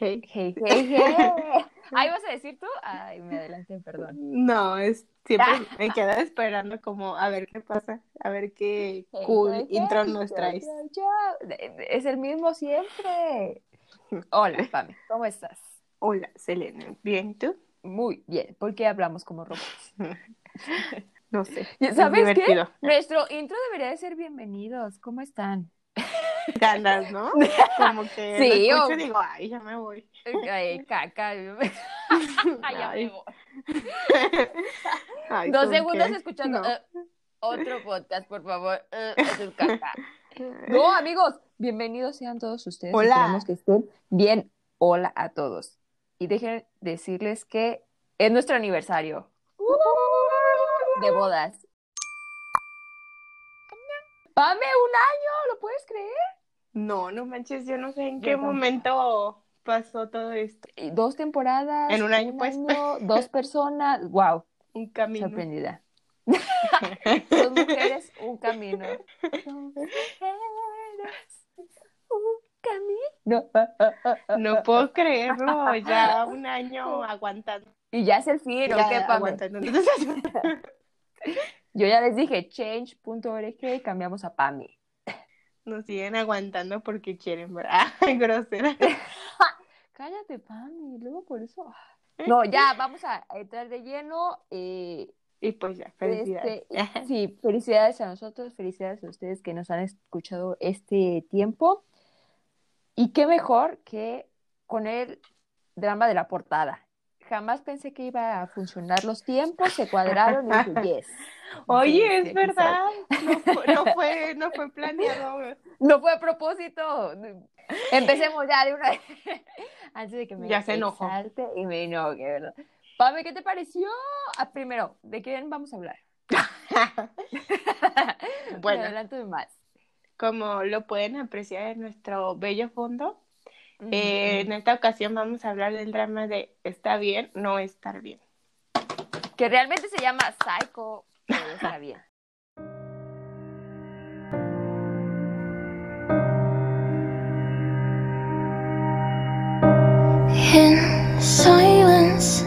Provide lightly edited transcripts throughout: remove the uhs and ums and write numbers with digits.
Hey. Hey, hey, hey. ¿Ahí vas a decir tú? Ay, me adelanté, perdón. No, siempre me quedo esperando como a ver qué pasa, a ver qué Hey, cool hey, intro hey. nos Yo, traes. yo, yo. Es el mismo siempre. Hola, Pame, ¿cómo estás? Hola, Selena. ¿Bien ¿y tú? Muy bien. ¿Por qué hablamos como robots? No sé, es ¿Sabes qué? divertido. Nuestro intro debería de ser bienvenidos. ¿Cómo están? Ganas, ¿no? Como que lo Sí, escucho y o... digo, ay, ya me voy. Ay, caca. Ya me Ay, voy. ay, Dos como segundos que escuchando no. otro podcast, por favor. Eso es caca. No, amigos, bienvenidos sean todos ustedes. Esperemos Hola. que estén bien. Hola a todos. Y dejen decirles que es nuestro aniversario de bodas. ¡Pame, un año! ¿Lo puedes creer? No, no manches, yo no sé en qué Yo tampoco. momento pasó todo esto. Y 2 temporadas, En un año, un pues, año, 2 personas. ¡Wow! un camino. Sorprendida. 2 mujeres, un camino. 2 mujeres, un camino. No puedo creerlo, ya un año aguantando, Y ya es el fin, ¿o qué, ya Pame? aguantando. Entonces, Yo ya les dije change.org y cambiamos a Pami. nos siguen aguantando porque quieren, ¿verdad? Grosera. Cállate, Pami, luego por eso. No, ya vamos a entrar de lleno. Y pues ya, felicidades. Este, sí, felicidades a nosotros, felicidades a ustedes que nos han escuchado este tiempo. Y qué mejor que con el drama de la portada. Jamás pensé que iba a funcionar los tiempos, se cuadraron y dije, yes, Oye, yes, es de aquí soy. verdad, no fue planeado. No fue a propósito. Empecemos ya de una vez. Antes de que Ya me se enojó. exalte y me enoje, ¿verdad? Pame, ¿qué te pareció? Primero, ¿de quién vamos a hablar? Me Bueno, adelanto de más. como lo pueden apreciar en nuestro bello fondo, Ujú, ujú. en esta ocasión vamos a hablar del drama de está bien, no estar bien. Que realmente se llama Psycho, pero ya está bien. In silence,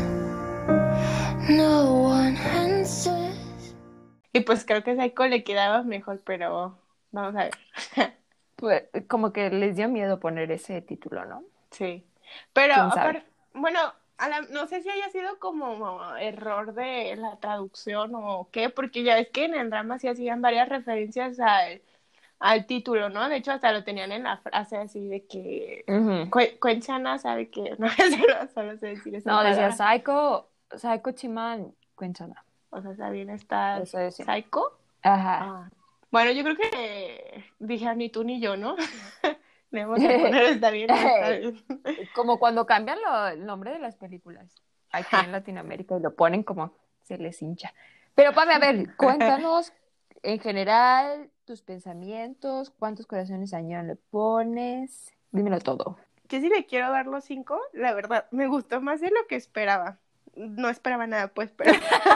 no one answers. Y pues creo que Psycho le quedaba mejor, pero vamos a ver. Pues como que les dio miedo poner ese título, ¿no? Sí. Pero ¿Quién sabe? aparte, bueno, no sé si haya sido como error de la traducción o qué, porque ya ves que en el drama sí hacían varias referencias al título, ¿no? De hecho, hasta lo tenían en la frase así de que Ujú. Cuenchana sabe que no solo sé decir esa No, decía palabra. Psycho Chiman, cuéntala. O sea, ¿también estás Eso decía. psycho? Ajá. Ah. Bueno, yo creo que dije ni tú ni yo, ¿no? Debemos de poner está bien, no está bien. Como cuando cambian el nombre de las películas aquí en Latinoamérica y lo ponen como se les hincha. Pero Pame, a ver, cuéntanos en general tus pensamientos, cuántos corazones añón le pones, dímelo todo. Yo sí le quiero dar los 5, la verdad, me gustó más de lo que esperaba. No esperaba nada, pues, pero...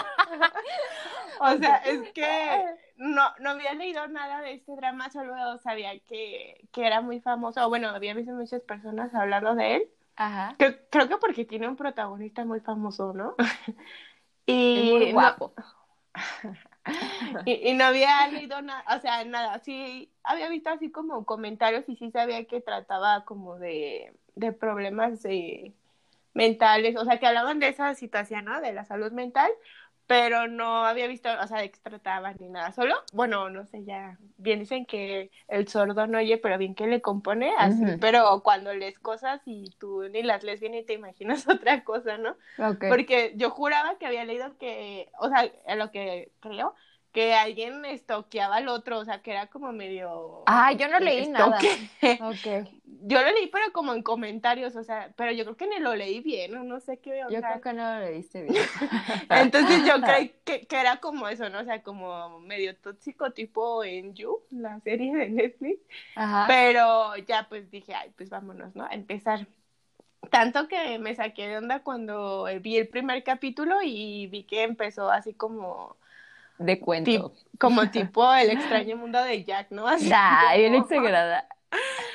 O Ok. sea, es que no había leído nada de este drama, solo sabía que era muy famoso. O bueno, había visto muchas personas hablando de él. Ajá. Creo que porque tiene un protagonista muy famoso, ¿no? Es muy Y no, guapo. y no había leído nada, o sea, nada, sí había visto así como comentarios y sí sabía que trataba como de problemas mentales, o sea, que hablaban de esa situación, ¿no? De la salud mental, pero no había visto, o sea, de qué trataban ni nada, solo, bueno, no sé, ya, bien dicen que el sordo no oye, pero bien que le compone, así, Ujú. pero cuando lees cosas y tú ni las lees bien y te imaginas otra cosa, ¿no? Ok. Porque yo juraba que había leído que, o sea, a lo que creo, que alguien estoqueaba al otro, o sea, que era como medio Ah, yo no leí estoque. nada. Ok. Yo lo leí, pero como en comentarios, o sea, pero yo creo que ni lo leí bien, no sé qué Yo creo onda. que no lo leíste bien. Entonces yo creí que era como eso, ¿no? O sea, como medio tóxico tipo en You, la serie de Netflix. Ajá. Pero ya pues dije, ay, pues vámonos, ¿no? A empezar. Tanto que me saqué de onda cuando vi el primer capítulo y vi que empezó así De cuento. como tipo el extraño mundo de Jack, ¿no? Así Ay, bien como, exagerada.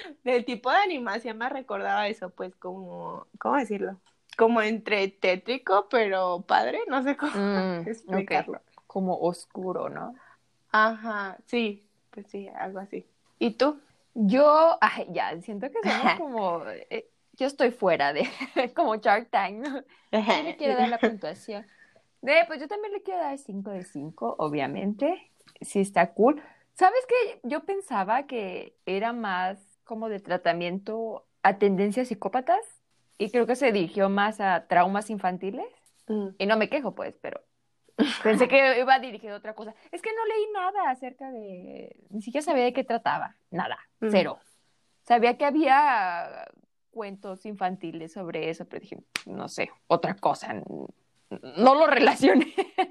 del tipo de animación me recordaba eso, pues como, ¿cómo decirlo? Como entre tétrico, pero padre, no sé cómo Ok. explicarlo. Como oscuro, ¿no? Ajá, sí, pues sí, algo así. ¿Y tú? Yo, ay, ya, siento que somos como, yo estoy fuera de, como Shark Tank, ¿no? Yo le quiero dar la puntuación. Pues yo también le quiero dar 5 de 5, obviamente. Sí está cool. ¿Sabes qué? Yo pensaba que era más como de tratamiento a tendencias psicópatas y creo que se dirigió más a traumas infantiles. Mm. Y no me quejo, pues, pero pensé que iba dirigido a otra cosa. Es que no leí nada acerca de, ni siquiera sabía de qué trataba. Nada, Mm. cero. Sabía que había cuentos infantiles sobre eso, pero dije, no sé, otra cosa. No lo relacioné.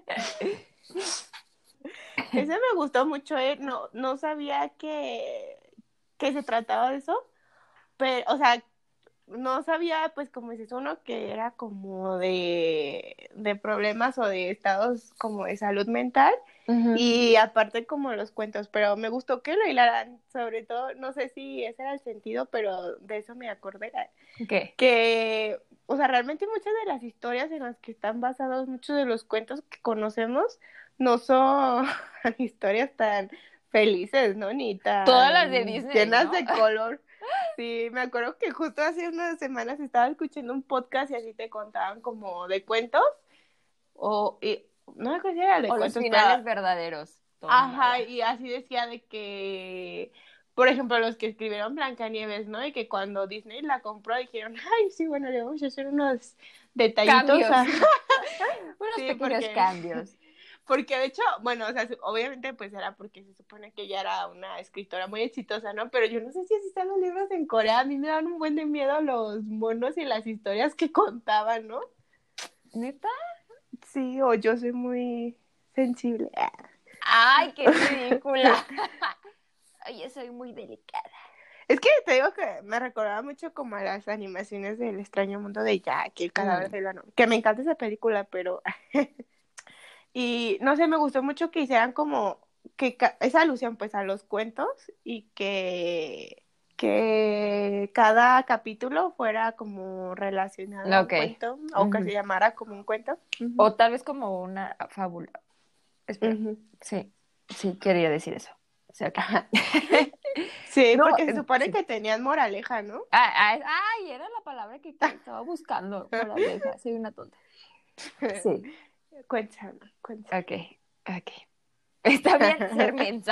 Ese me gustó mucho, no, no sabía que se trataba de eso, pero, o sea, no sabía, pues, como dices uno, que era como de problemas o de estados como de salud mental, Ujú. y aparte como los cuentos, pero me gustó que lo hilaran, sobre todo, no sé si ese era el sentido, pero de eso me acordé, ¿Qué? que, o sea, realmente muchas de las historias en las que están basados muchos de los cuentos que conocemos no son historias tan felices, ¿no? Ni Todas las de tan Disney, llenas ¿no? de color. Sí, me acuerdo que justo hace unas semanas estaba escuchando un podcast y así te contaban como de cuentos, no me acuerdo si era de O los cuentos, pero finales verdaderos. ajá, Tómala. y así decía de que, por ejemplo, los que escribieron Blancanieves, ¿no? Y que cuando Disney la compró dijeron, ay, sí, bueno, le vamos a hacer unos detallitos Cambios. a... Unos Sí, pequeños cambios. porque de hecho, bueno, o sea, obviamente pues era porque se supone que ella era una escritora muy exitosa, ¿no? Pero yo no sé si así están los libros en Corea, a mí me dan un buen de miedo los monos y las historias que contaban, ¿no? ¿Neta? Sí, o yo soy muy sensible. ¡Ay, qué ridícula! Ay, yo soy muy delicada. Es que te digo que me recordaba mucho como a las animaciones del extraño mundo de Jack y el cadáver de la novia, que me encanta esa película, pero y no sé, me gustó mucho que hicieran como que esa alusión pues a los cuentos y que cada capítulo fuera como relacionado a un Ok. cuento o que se Ujú. llamara como un cuento. Ujú. O tal vez como una fábula. Espera. Ujú. Sí, sí, quería decir eso. O sea, ok. Sí, No, porque se supone sí. que tenían moraleja, ¿no? Ay, era la palabra que estaba buscando. Moraleja, soy una tonta. Sí, Cuéntame, cuéntame. ok, ok. Está bien ser mensa.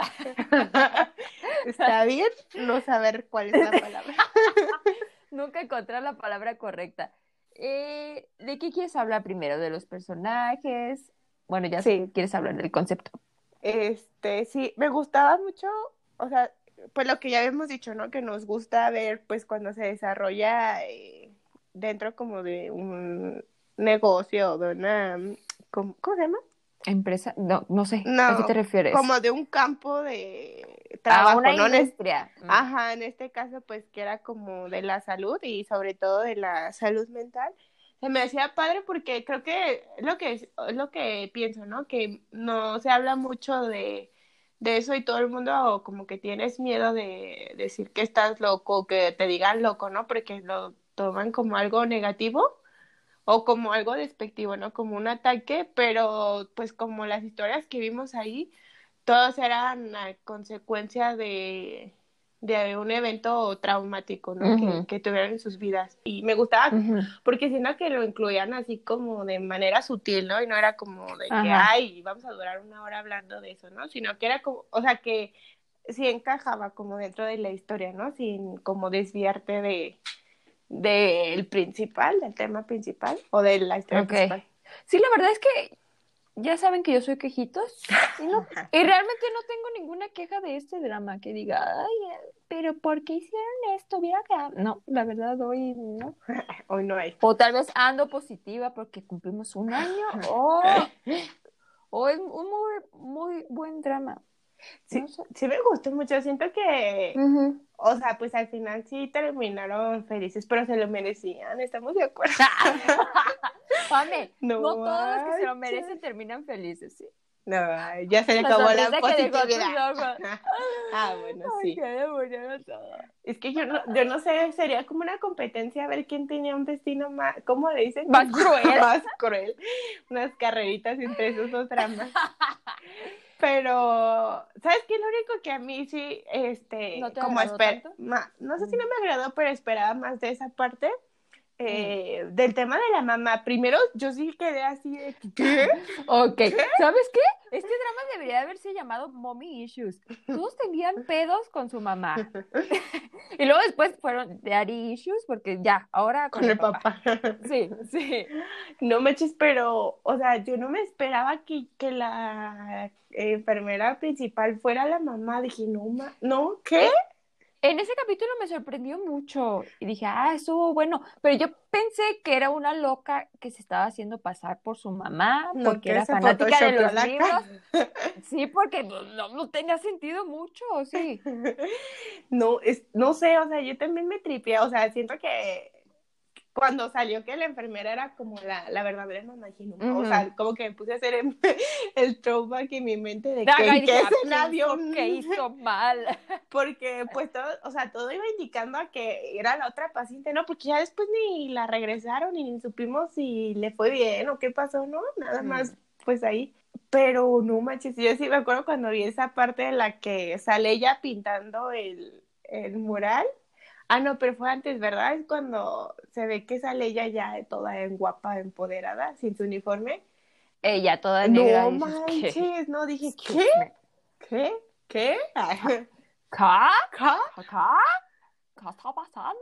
Está bien no saber cuál es la palabra. Nunca encontrar la palabra correcta. ¿De qué quieres hablar primero? ¿De los personajes? Bueno, ya Sí, quieres hablar del concepto. sí, me gustaba mucho, o sea, pues lo que ya habíamos dicho, ¿no? Que nos gusta ver, pues, cuando se desarrolla dentro como de un negocio, de una, ¿cómo se llama? ¿Empresa? No, no sé. ¿A qué te No, refieres? como de un campo de A trabajo, una ¿no? industria. Ajá, en este caso, pues, que era como de la salud y sobre todo de la salud mental. Se me hacía padre porque creo que es lo que pienso, ¿no? Que no se habla mucho de eso y todo el mundo como que tienes miedo de decir que estás loco, que te digan loco, ¿no? Porque lo toman como algo negativo o como algo despectivo, ¿no? Como un ataque, pero pues como las historias que vimos ahí, todos eran a consecuencia de un evento traumático, ¿no? Ujú, Que tuvieron en sus vidas. Y me gustaba ujú. porque siento que lo incluían así como de manera sutil, ¿no? Y no era como de que, Ajá. ay, vamos a durar una hora hablando de eso, ¿no? Sino que era como, o sea, que sí encajaba como dentro de la historia, ¿no? Sin como desviarte del principal, del tema principal o de la historia Ok. principal. Sí, la verdad es que ya saben que yo soy quejitos y, no, y realmente no tengo ninguna queja de este drama que diga, ay, pero ¿por qué hicieron esto? Hubiera quedado. No, la verdad hoy no. Hoy no hay. O tal vez ando positiva porque cumplimos un año o es un muy, muy buen drama. No Sí, sé. sí me gustó mucho, siento que, Ujú. o sea, pues al final sí terminaron felices, pero se lo merecían, ¿estamos de acuerdo? Pame, no No todos los que se lo manches. merecen terminan felices, ¿sí? No, ya se le La acabó la sonrisa que dejó tus positividad. ojos. Bueno, Ay, sí. que me murieron todos. Es que yo no sé, sería como una competencia a ver quién tenía un destino más, ¿cómo le dicen? Más cruel. Más cruel. Unas carreritas entre esos dos dramas. Pero, ¿sabes qué? Lo único que a mí sí, ¿No te como agradó espera, tanto? no sé si no me agradó, pero esperaba más de esa parte. Del tema de la mamá. Primero, yo sí quedé así de, ¿qué? Ok, ¿sabes qué? Este drama debería haberse llamado Mommy Issues. Todos tenían pedos con su mamá. Y luego después fueron Daddy Issues, porque ya, ahora con Con el el papá. papá. Sí, sí. No manches, pero, o sea, yo no me esperaba que la enfermera principal fuera la mamá. Dije, no, ¿qué? En ese capítulo me sorprendió mucho y dije, estuvo bueno, pero yo pensé que era una loca que se estaba haciendo pasar por su mamá No, porque que era se fanática de photoshopeó los la libros. cara. Sí, porque no tenía sentido mucho, sí. No, no sé, o sea, yo también me tripié, o sea, siento que cuando salió que la enfermera era como la verdadera mamá, dije, no, o Ujú. sea, como que me puse a hacer el throwback en mi mente de que Ajá, y en qué dije, escena ¿quién vio, hizo, qué hizo mal? porque pues todo, o sea, todo iba indicando a que era la otra paciente, ¿no? Porque ya después ni la regresaron y ni supimos si le fue bien o qué pasó, ¿no? Nada más, pues ahí. Pero no manches, yo sí me acuerdo cuando vi esa parte en la que sale ella pintando el mural. No, pero fue antes, ¿verdad? Es cuando se ve que sale ella ya toda en guapa, empoderada, sin su uniforme. Ella toda negra, No dices, ¿qué? manches, no, dije, ¿qué? Excuse me. ¿Qué? ¿Qué? ¿Qué? ¿Qué? ¿Qué está pasando?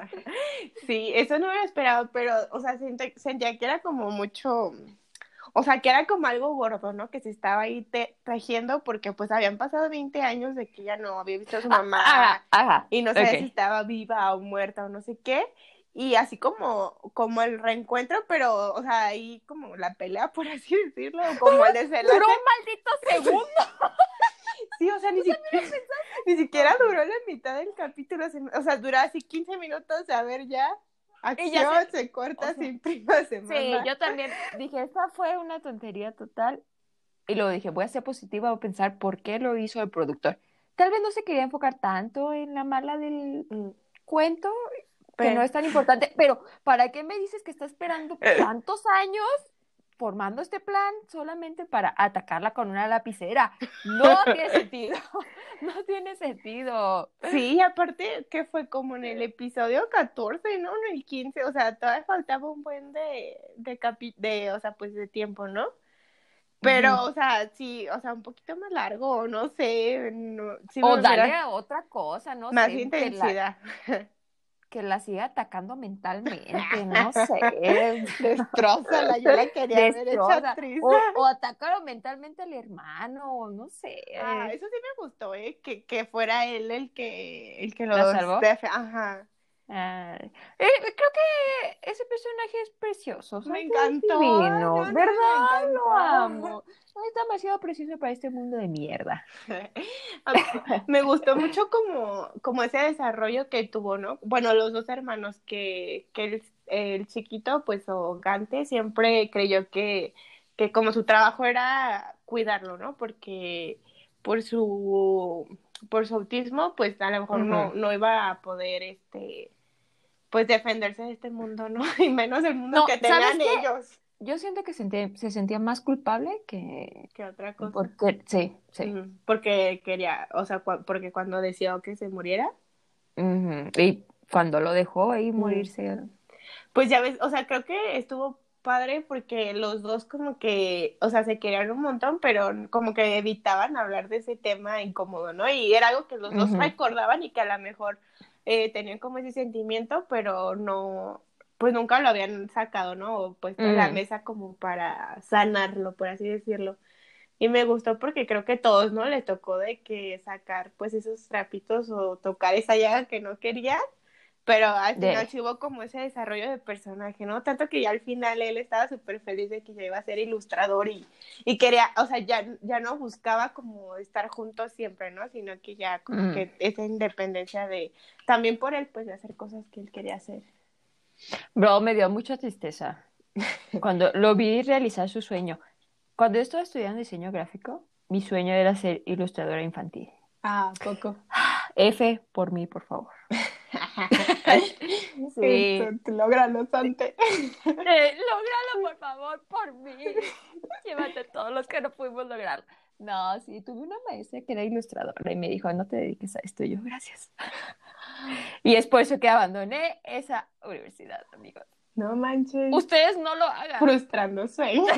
Sí, eso no me lo esperaba, pero, o sea, sentía que era como mucho, o sea, que era como algo gordo, ¿no? Que se estaba ahí tejiendo porque pues habían pasado 20 años de que ella no había visto a su mamá Ajá, y no sabía si ok. estaba viva o muerta o no sé qué. Y así como el reencuentro, pero, o sea, ahí como la pelea, por así decirlo, o como el Duró desenlace. un maldito segundo. Sí, o sea, ni siquiera duró la mitad del capítulo, o sea, duró así 15 minutos, a ver ya, Y ya acción, se o corta, se sea, imprima, se sí, manda. yo también dije, esta fue una tontería total. Y luego dije, voy a ser positiva, voy a pensar por qué lo hizo el productor. Tal vez no se quería enfocar tanto en la mala del Mm, cuento, que no Pero, es tan importante, pero ¿para qué me dices que está esperando tantos años formando este plan solamente para atacarla con una lapicera? No tiene sentido, no tiene sentido. sí, aparte que fue como en el episodio 14, ¿no? En el 15, o sea, todavía faltaba un buen o sea, pues de tiempo, ¿no? Ujú. Pero, o sea, sí, o sea, un poquito más largo, no sé, no, sí O me darle hubiera a otra cosa, no más sé, intensidad. que la siga atacando mentalmente, no sé. Destrózala, yo la quería ver hecha Destroza. actriz. O atacar mentalmente al hermano, no sé. Eso sí me gustó, que fuera él el que ¿La los salvó? ajá. Creo que ese personaje es precioso, Me ¿sabes? Es encantó, divino, no, ¿verdad? me Lo encantó. amo. Es demasiado precioso para este mundo de mierda. Me gustó mucho como ese desarrollo que tuvo, ¿no? Bueno, los dos hermanos, que el chiquito, pues, o Gante, siempre creyó que como su trabajo era cuidarlo, ¿no? Porque por su, por su autismo, pues a lo mejor Ujú. no iba a poder, pues defenderse de este mundo, ¿no? Y menos el mundo No, que ¿sabes tenían qué? ellos Yo siento que se sentía más culpable que otra cosa. porque, sí, sí. Porque quería, o sea, porque cuando deseó que se muriera, Ujú. Y cuando lo dejó ahí mm, morirse. pues ya ves, o sea, creo que estuvo padre porque los dos como que, o sea, se querían un montón, pero como que evitaban hablar de ese tema incómodo, ¿no? Y era algo que los dos Ujú. recordaban y que a lo mejor tenían como ese sentimiento, pero no, pues nunca lo habían sacado, ¿no? O puesto en la Ujú. mesa como para sanarlo, por así decirlo. Y me gustó porque creo que a todos, ¿no? Les tocó de que sacar pues esos trapitos o tocar esa llaga que no querían, pero al final De, sí hubo como ese desarrollo de personaje, ¿no? Tanto que ya al final él estaba súper feliz de que ya iba a ser ilustrador y quería, o sea, ya no buscaba como estar juntos siempre, ¿no? Sino que ya como mm. que esa independencia de, también por él, pues de hacer cosas que él quería hacer. Bro, me dio mucha tristeza cuando lo vi realizar su sueño. Cuando yo estaba estudiando diseño gráfico, mi sueño era ser ilustradora infantil. Ah, poco. F por mí, por favor. Sí. Esto, lógralo, Sante. Lógralo, por favor, por mí. Llévate todos los que no pudimos lograr. No, sí, tuve una maestra que era ilustradora y me dijo, no te dediques a esto. Y yo, gracias. Y es por eso que abandoné esa universidad, amigos. No manches. Ustedes no lo hagan. Frustrando sueños.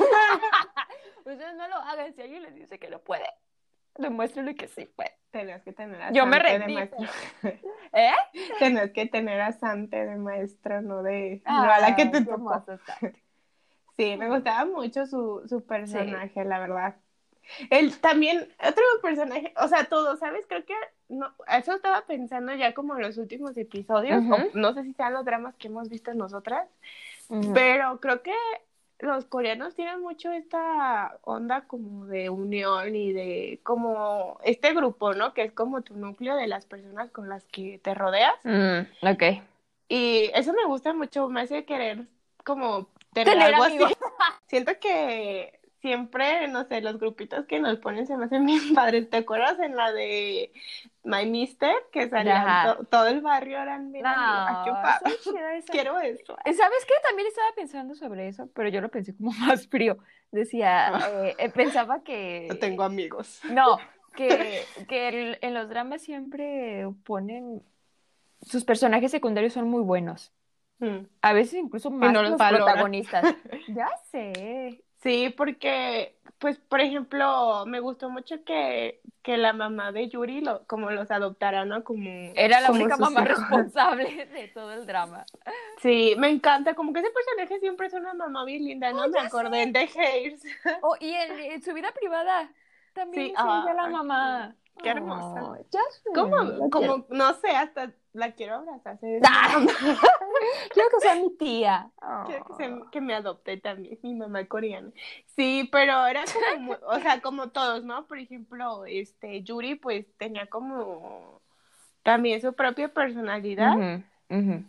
Ustedes no lo hagan. Si alguien les dice que no puede, demuéstrenle que sí puede. Tenías que tener a Yo me Sante de rendí. maestro. ¿Eh? Tenías que tener a Sante de maestra, no a la que te Qué tocó. hermoso está. Sí, me gustaba mucho su personaje, la verdad. Él también, otro personaje, o sea, todo, ¿sabes? Creo que no, eso estaba pensando ya como en los últimos episodios, Ujú. o no sé si sean los dramas que hemos visto nosotras, Ujú. pero creo que los coreanos tienen mucho esta onda como de unión y de como este grupo, ¿no? Que es como tu núcleo de las personas con las que te rodeas. Ok. Y eso me gusta mucho, me hace querer como tener Tener algo amigos. así. Siento que siempre, no sé, los grupitos que nos ponen se me hacen bien padres. ¿Te acuerdas en la de My Mister? Que salían Ajá. todo el barrio eran bien amigos. Ay, qué No, padre. está chida esa. Quiero eso. ¿Sabes qué? También estaba pensando sobre eso, pero yo lo pensé como más frío. Decía, pensaba No que... tengo amigos. No, que en los dramas siempre ponen... Sus personajes secundarios son muy buenos. Mm. A veces incluso Y más no que los los valoran. protagonistas. Ya sé. Sí, porque, pues, por ejemplo, me gustó mucho que la mamá de Yuri como los adoptara, ¿no? Era la Como única sus mamá hijos. responsable de todo el drama. Sí, me encanta, como que ese personaje siempre es una mamá bien linda, ¿no? Me acordé en The Hairs. Oh, y en su vida privada también Sí, es ella la ay, mamá. qué hermosa. Oh, Jasmine, la quiero. No sé, hasta la quiero abrazar. ¡Ah! Quiero que sea mi tía. Quiero que, Oh. que me adopte también, mi mamá coreana. Sí, pero era como, o sea, como todos, ¿no? Por ejemplo, Yuri, pues tenía como también su propia personalidad, Ujú, ujú.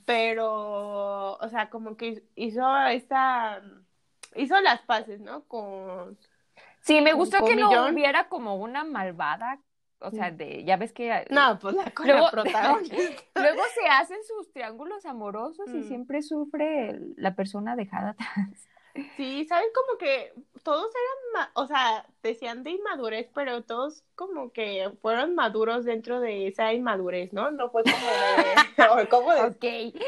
pero, o sea, como que hizo las paces, ¿no? Sí, me gustó que con no Millón. hubiera como una malvada, o sea, ya ves que No, pues la luego, protagonista. luego se hacen sus triángulos amorosos y Mm. siempre sufre la persona dejada atrás. Sí, ¿sabes? Como que todos eran, o sea, decían de inmadurez, pero todos como que fueron maduros dentro de esa inmadurez, ¿no? No fue como de, o como de, Ok.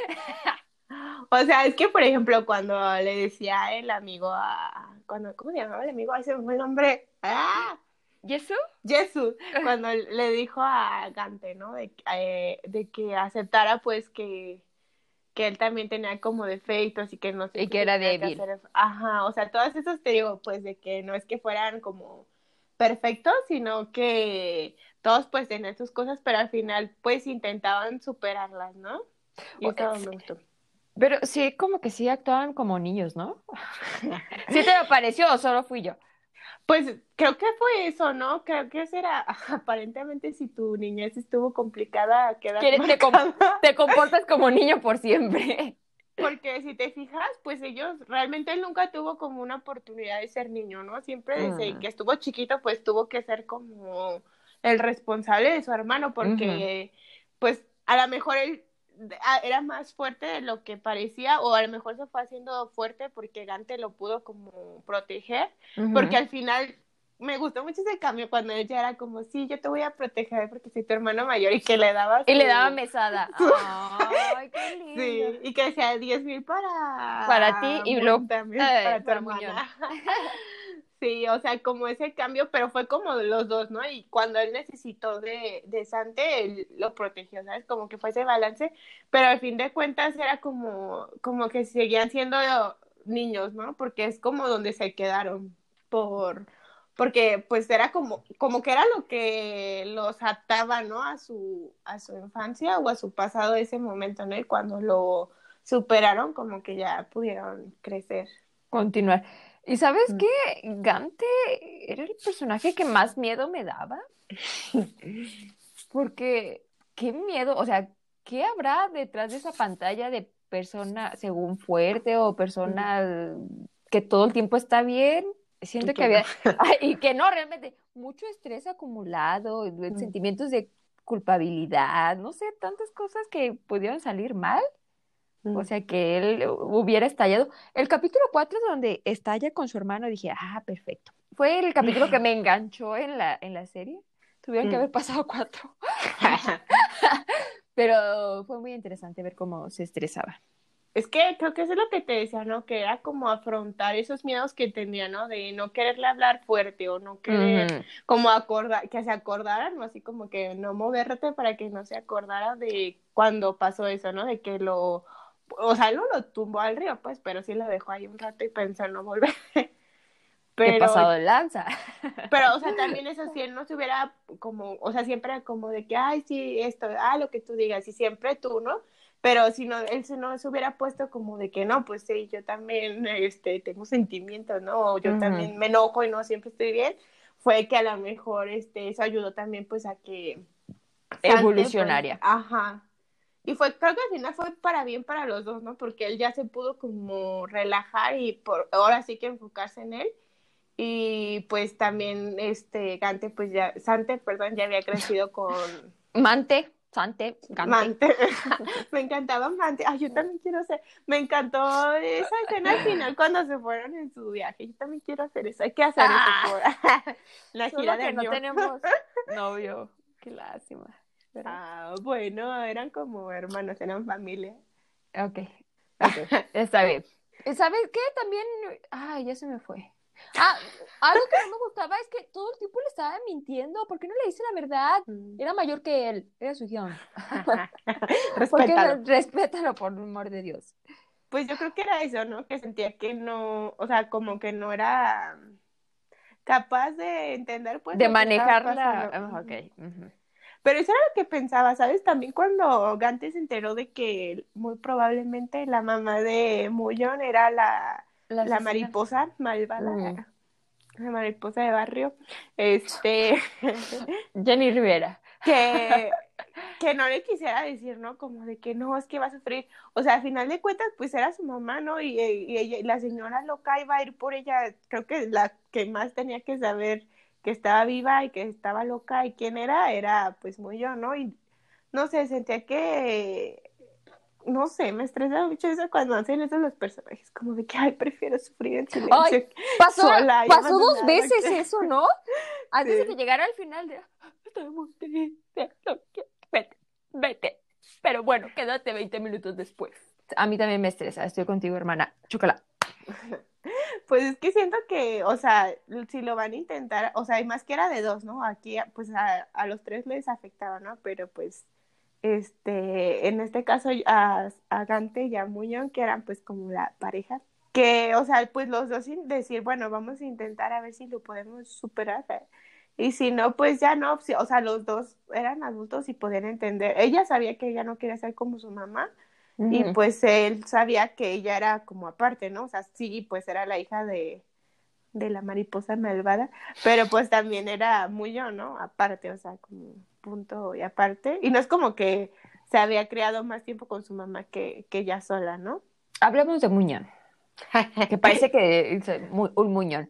o sea, es que, por ejemplo, cuando le decía el amigo ¿cómo se llamaba el amigo? Ay, se me fue el nombre. ¡Ah! ¿Y eso? Jesús, cuando le dijo a Gante, ¿no? De que aceptara, pues, que él también tenía como defectos y que no Y siempre que era tenía que débil. hacer, ajá, o sea, todas esas te digo, pues, de que no es que fueran como perfectos, sino que todos pues tenían sus cosas, pero al final pues intentaban superarlas, ¿no? Y eso me gustó. Pero sí, como que sí actuaban como niños, ¿no? ¿Sí te lo pareció o solo fui yo? Pues creo que fue eso, ¿no? Creo que eso era, aparentemente si tu niñez estuvo complicada, quedas Que marcada. te comportas como niño por siempre. Porque si te fijas, pues ellos, realmente él nunca tuvo como una oportunidad de ser niño, ¿no? Siempre desde que estuvo chiquito, pues tuvo que ser como el responsable de su hermano, porque pues a lo mejor él era más fuerte de lo que parecía, o a lo mejor se fue haciendo fuerte porque Gante lo pudo como proteger, porque al final me gustó mucho ese cambio cuando él ya era como, sí, yo te voy a proteger porque soy tu hermano mayor, y que le daba Y le daba mesada. Ay, qué lindo. Sí, y que decía 10,000 Para ti y luego también para tu para Muñoz. hermana. Sí, o sea, como ese cambio, pero fue como de los dos, ¿no? Y cuando él necesitó de Sante, él lo protegió, ¿sabes? Como que fue ese balance, pero al fin de cuentas era como que seguían siendo niños, ¿no? Porque es como donde se quedaron porque pues era como que era lo que los ataba, ¿no? A su infancia o a su pasado de ese momento, ¿no? Y cuando lo superaron, como que ya pudieron crecer. Continuar. ¿Y sabes Mm. qué? Gante era el personaje que más miedo me daba. Porque, qué miedo, o sea, ¿qué habrá detrás de esa pantalla de persona según fuerte o persona que todo el tiempo está bien? Siento que Que no. había, ay, y que no, realmente, mucho estrés acumulado, sentimientos de culpabilidad, no sé, tantas cosas que pudieron salir mal. O sea, que él hubiera estallado. El capítulo 4 donde estalla con su hermano, dije, perfecto. Fue el capítulo que me enganchó en la serie. Tuvieron que haber pasado 4. Pero fue muy interesante ver cómo se estresaba. Es que creo que eso es lo que te decía, ¿no? Que era como afrontar esos miedos que tenía, ¿no? De no quererle hablar fuerte o no querer como acordar, que se acordaran, ¿no? Así como que no moverte para que no se acordara de cuando pasó eso, ¿no? De que o sea, él no lo tumbó al río, pues, pero sí lo dejó ahí un rato y pensó en no volver. Qué Pero, pasado de lanza. pero, o sea, también eso, si él no se hubiera como, o sea, siempre era como de que, ay, sí, esto, lo que tú digas, y siempre tú, ¿no? Pero si no, él no se hubiera puesto como de que no, pues sí, yo también, tengo sentimientos, ¿no? O yo también me enojo y no siempre estoy bien, fue que a lo mejor, eso ayudó también, pues, a que Sante, pues, Evolucionaria. ajá. Y creo que al final fue para bien para los dos, ¿no? Porque él ya se pudo como relajar y ahora sí que enfocarse en él. Y pues también Sante, perdón, ya había crecido con Sante, Gante. Mante. Me encantaba Mante. Ay, yo también quiero ser. Me encantó esa escena al final cuando se fueron en su viaje. Yo también quiero hacer eso. Hay que hacer eso por la gira Solo de que no año. tenemos novio. Qué lástima. Bueno, eran como hermanos, eran familia. Ok, ok, está bien. ¿Sabes qué? También, ya se me fue. Algo que no me gustaba es que todo el tiempo le estaba mintiendo. ¿Por qué no le dice la verdad? Era mayor que él, era su hijo. ¿Por qué Respétalo. respétalo, por el amor de Dios? Pues yo creo que era eso, ¿no? Que sentía que no, o sea, como que no era capaz de entender pues De lo que estaba manejarla. pasando. Ok. Ujú. Pero eso era lo que pensaba, ¿sabes? También cuando Gante se enteró de que muy probablemente la mamá de Muyon era La la asesina. mariposa malvada, Mm. la mariposa de barrio, este, Jenny Rivera. que, que no le quisiera decir, ¿no? Como de que no, es que va a sufrir. O sea, al final de cuentas, pues era su mamá, ¿no? Y la señora loca iba a ir por ella. Creo que la que más tenía que saber que estaba viva y que estaba loca y quién era pues muy yo, ¿no? Y no sé, sentía que, no sé, me estresa mucho eso cuando hacen eso los personajes, como de que, ay, prefiero sufrir en Ay, silencio, pasó, sola y pasó dos abandonada. veces eso, ¿no? Antes de que Sí. llegara al final de, estoy muy triste, vete, vete. Pero bueno, quédate 20 minutos después. A mí también me estresa, estoy contigo, hermana. Chócala. Pues es que siento que, o sea, si lo van a intentar, o sea, y más que era de dos, ¿no? Aquí, pues a los tres les afectaba, ¿no? Pero pues, en este caso, a Gante y a Muñoz, que eran pues como la pareja, que, o sea, pues los dos sin decir, bueno, vamos a intentar a ver si lo podemos superar. Y si no, pues ya no, o sea, los dos eran adultos y podían entender. Ella sabía que ella no quería ser como su mamá, y Ujú. pues él sabía que ella era como aparte, ¿no? O sea, sí, pues era la hija de la mariposa malvada, pero pues también era muy yo, ¿no? Aparte, o sea, como punto y aparte. Y no es como que se había criado más tiempo con su mamá que ella sola, ¿no? Hablemos de Muñón, que parece que es un Muñón.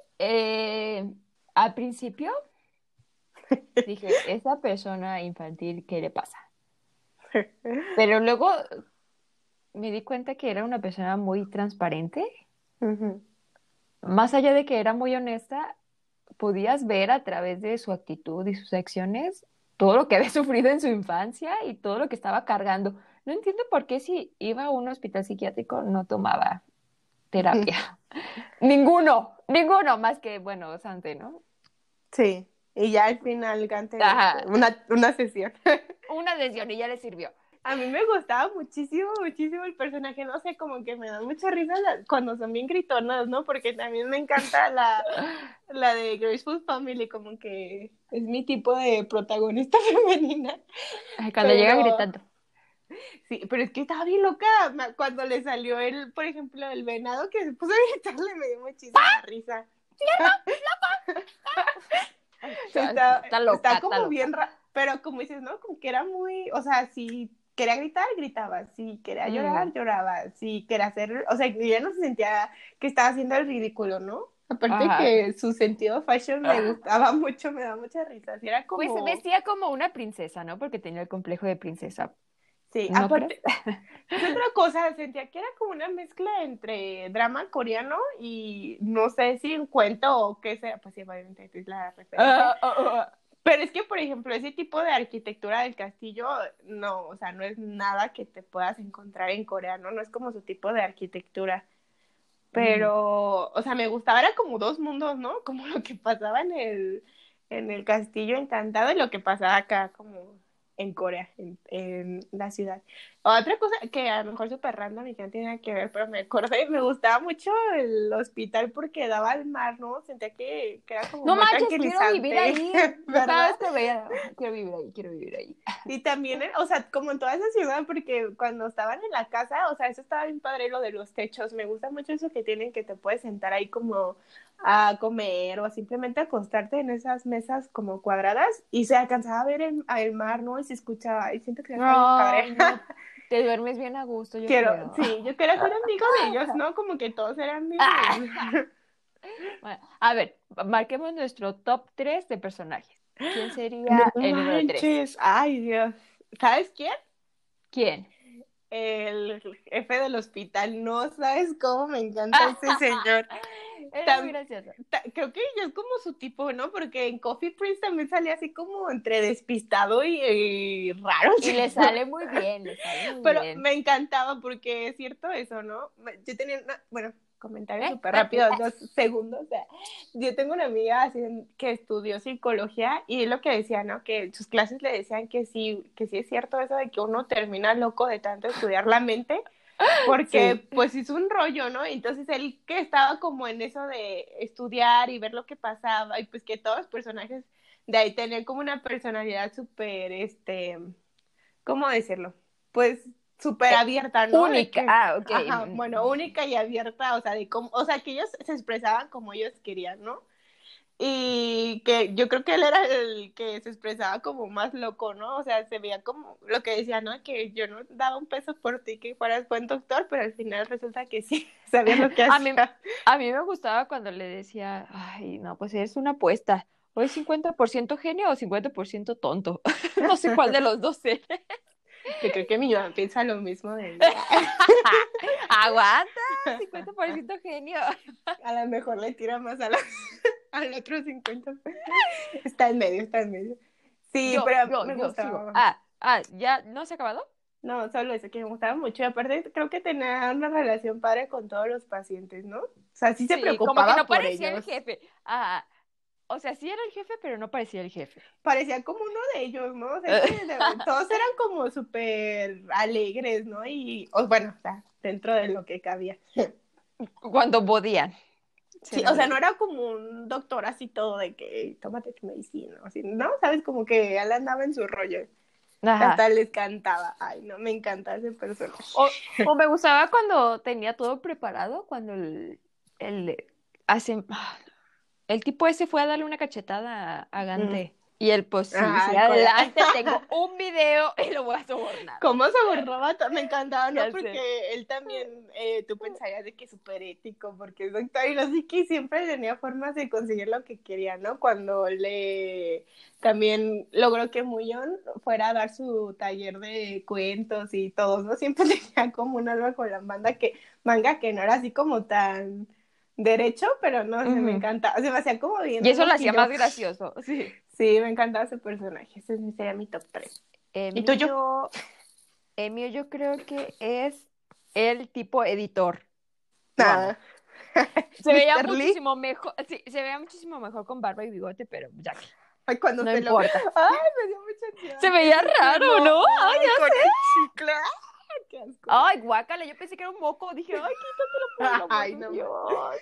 Al principio dije, esa persona infantil, ¿qué le pasa? Pero luego me di cuenta que era una persona muy transparente. Ujú. Más allá de que era muy honesta, podías ver a través de su actitud y sus acciones todo lo que había sufrido en su infancia y todo lo que estaba cargando. No entiendo por qué si iba a un hospital psiquiátrico no tomaba terapia. Ninguno, más que, bueno, Sante, ¿no? Sí, y ya al final Gante, Ajá, una sesión. una sesión y ya le sirvió. A mí me gustaba muchísimo, muchísimo el personaje, no sé, como que me da mucha risa cuando son bien gritonas, ¿no? Porque también me encanta la de Graceful Family, como que es mi tipo de protagonista femenina, Ay, cuando llega pero gritando. sí, pero es que estaba bien loca cuando le salió por ejemplo, el venado que se puso a gritarle, me dio muchísima risa. Ay, Está, está loca, está está como loca. bien, pero como dices, ¿no? Como que era muy, o sea, si quería gritar, gritaba, si quería Mm. llorar, lloraba, si quería hacer, o sea, que ella no se sentía que estaba haciendo el ridículo, ¿no? Aparte Ajá. que su sentido fashion me gustaba mucho, me da mucha risa. Así era Pues como, vestía como una princesa, ¿no? Porque tenía el complejo de princesa, sí, ¿no crees? aparte, es otra cosa, sentía que era como una mezcla entre drama coreano y no sé si un cuento o qué sea, pues sí, obviamente es la referencia. Pero es que, por ejemplo, ese tipo de arquitectura del castillo, no, o sea, no es nada que te puedas encontrar en coreano, no es como su tipo de arquitectura. Ujú. Pero, o sea, me gustaba, era como dos mundos, ¿no? Como lo que pasaba en el castillo encantado y lo que pasaba acá como en Corea, en la ciudad. Otra cosa que a lo mejor súper random y que no tiene nada que ver, pero me acordé, me gustaba mucho el hospital porque daba al mar, ¿no? Sentía que era como No muy manches, quiero vivir tranquilizante, ahí. Cada ¿verdad? vez que veía, quiero vivir ahí, quiero vivir ahí. Y también, o sea, como en toda esa ciudad, porque cuando estaban en la casa, o sea, eso estaba bien padre lo de los techos. Me gusta mucho eso que tienen, que te puedes sentar ahí como a comer o a simplemente acostarte en esas mesas como cuadradas y se alcanzaba a ver el mar, ¿no? Y se escuchaba, y siento que está bien padre. Ay, no, te duermes bien a gusto, yo Quiero, creo. sí, yo quiero ser amigo de ellos, ¿no? Como que todos eran bien. Bueno, a ver, marquemos nuestro top 3 de personajes. ¿Quién No sería el número 3? manches, ay Dios. ¿Sabes quién? ¿Quién? El jefe del hospital. No sabes cómo me encanta ese señor. Era muy Tam- gracioso. Creo que ella es como su tipo, ¿no? Porque en Coffee Prince también salía así como entre despistado y raro. Y le sale muy bien, le sale muy Pero bien. me encantaba porque es cierto eso, ¿no? Yo tenía, bueno, comentario ¿Eh? súper ¿Eh? rápido, 2 segundos. O sea, yo tengo una amiga así que estudió psicología y es lo que decía, ¿no? Que sus clases le decían que sí es cierto eso de que uno termina loco de tanto estudiar la mente Sí. porque pues es un rollo, ¿no? Entonces él que estaba como en eso de estudiar y ver lo que pasaba y pues que todos los personajes de ahí tenían como una personalidad súper, ¿cómo decirlo? Pues súper Eh, abierta, ¿no? De única. que, Ah, ok. ajá, bueno, única y abierta, o sea, de cómo, o sea, que ellos se expresaban como ellos querían, ¿no? Y que yo creo que él era el que se expresaba como más loco, ¿no? O sea, se veía como lo que decía, ¿no? Que yo no daba un peso por ti que fueras buen doctor, pero al final resulta que sí, sabía lo que A mí, hacía. a mí me gustaba cuando le decía, ay, no, pues es una apuesta. O es 50% genio o 50% tonto. No sé cuál de los dos es. Yo creo que mi mamá piensa lo mismo de mí. Aguanta, 50% genio. A lo mejor le tira más al otro 50. Está en medio, está en medio. Sí, pero me Yo sigo. gustaba. ¿Ya no se ha acabado? No, solo eso, que me gustaba mucho. Y aparte, creo que tenía una relación padre con todos los pacientes, ¿no? O sea, sí se Sí, como que preocupaba no por parecía el ellos. jefe. O sea, sí era el jefe, pero no parecía el jefe. Parecía como uno de ellos, ¿no? O sea, es que todos eran como súper alegres, ¿no? Y, bueno, o sea, dentro de lo que cabía. Cuando podían Sí, ser o sea, no alegres. era como un doctor así todo de que tómate tu medicina, así, ¿no? Sabes, como que él andaba en su rollo. Ajá. Hasta les cantaba. Ay, no, me encanta ese personaje. O me gustaba cuando tenía todo preparado, cuando el, hace, el tipo ese fue a darle una cachetada a Mm. Gante. Y él, pues sí, sí, Ay, adelante, tengo un video y lo voy a sobornar. ¿Cómo se borraba? Me encantaba, ¿no? Ya sé. Porque él también, tú pensarías de que es súper ético, porque es doctor y no sé qué, siempre tenía formas de conseguir lo que quería, ¿no? Cuando también logró que Muyon fuera a dar su taller de cuentos y todo, ¿no? Siempre tenía como un alma con la manga que no era así como tan derecho, pero no, se me Ujú. encanta, se me hacía como Y bien eso lo hacía loquillo. más gracioso, sí. Sí, me encantaba ese personaje, ese sería mi top 3. El ¿Y tuyo? mío, el mío yo creo que es el tipo editor. Lo amo. Nada. Se veía Mr. Lee. muchísimo mejor, sí, se veía muchísimo mejor con barba y bigote, pero ya que, Ay, cuando no se lo. importa. Ay, me dio mucha Se ansiedad veía ese raro, primo. ¿no? Ay, Ay, ya con sé. el chicle. Ay, qué asco. Ay, guácala, yo pensé que era un moco. Dije, ay, quítatelo por el amor Ay, de no más. Dios.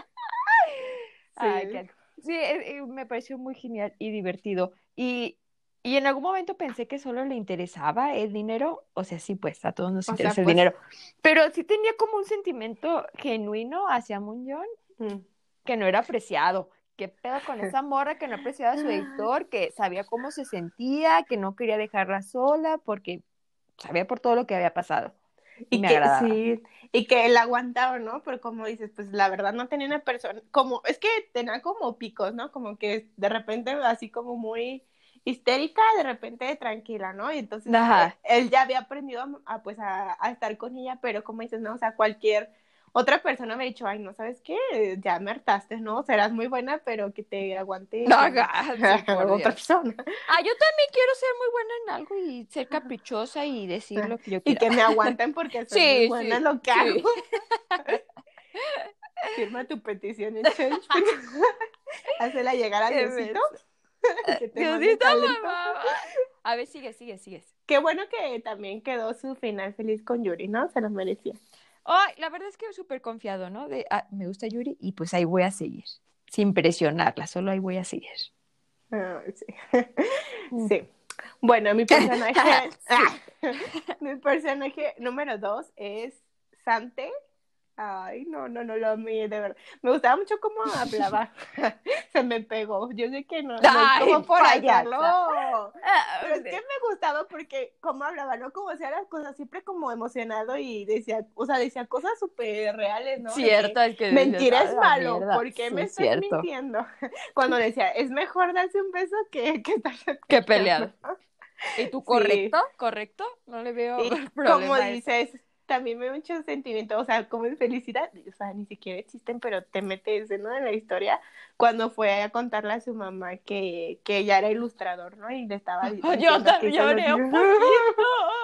Ay, qué Sí. asco. Sí, me pareció muy genial y divertido. Y en algún momento pensé que solo le interesaba el dinero. O sea, sí, pues a todos nos O sea, interesa el pues. dinero. Pero sí tenía como un sentimiento genuino hacia Moon mm. que no era apreciado. ¿Qué pedo con esa morra que no apreciaba a su editor, que sabía cómo se sentía, que no quería dejarla sola porque sabía por todo lo que había pasado? y me agradaba. Sí, y que él aguantaba, ¿no? Pero como dices, pues la verdad no tenía una persona, como, es que tenía como picos, ¿no? Como que de repente así como muy histérica, de repente tranquila, ¿no? Y entonces Ajá. él ya había aprendido pues a estar con ella, pero como dices, no, o sea, cualquier otra persona me ha dicho, ay, no, ¿sabes qué? Ya me hartaste, ¿no? Serás muy buena, pero que te aguante Ajá, sí, por otra Dios. persona. Yo también quiero ser muy buena en algo y ser caprichosa y decir lo que yo Y quiera. que me aguanten porque soy muy Sí, buena en sí, lo que sí. hago. Firma tu petición en Change.org. Hazla llegar a Qué Diosito mensa. que te mande Diosito, talento. mamá. A ver, sigues. Qué bueno que también quedó su final feliz con Yuri, ¿no? Se lo merecía. Ay, la verdad es que súper confiado, ¿no? Me gusta Yuri y pues ahí voy a seguir. Sin presionarla, solo ahí voy a seguir. Sí. Mm. Sí. Bueno, mi personaje, Sí. mi personaje número 2 es Sante. Ay, no lo amé, de verdad. Me gustaba mucho cómo hablaba. Se me pegó. Yo sé que no es Ay, como por payasa. hacerlo. Ah, Pero es que me gustaba porque cómo hablaba, ¿no? Como hacía las cosas siempre como emocionado y decía, o sea, decía cosas súper reales, ¿no? De que cierto, es que dices, mentir a es la malo, mierda. ¿por qué Sí, me es estás cierto. mintiendo? Cuando decía, es mejor darse un beso que estarse Qué peleando. peleado. ¿Y tú Sí. correcto? ¿Correcto? No le veo Y como problema a eso. dices, también me da mucho sentimiento, o sea, como en felicidad, o sea, ni siquiera existen, pero te metes, ¿no? En la historia, cuando fue a contarle a su mamá que ella era ilustrador, ¿no? Y le estaba Yo diciendo que también hizo los lloré un dibujos. poquito.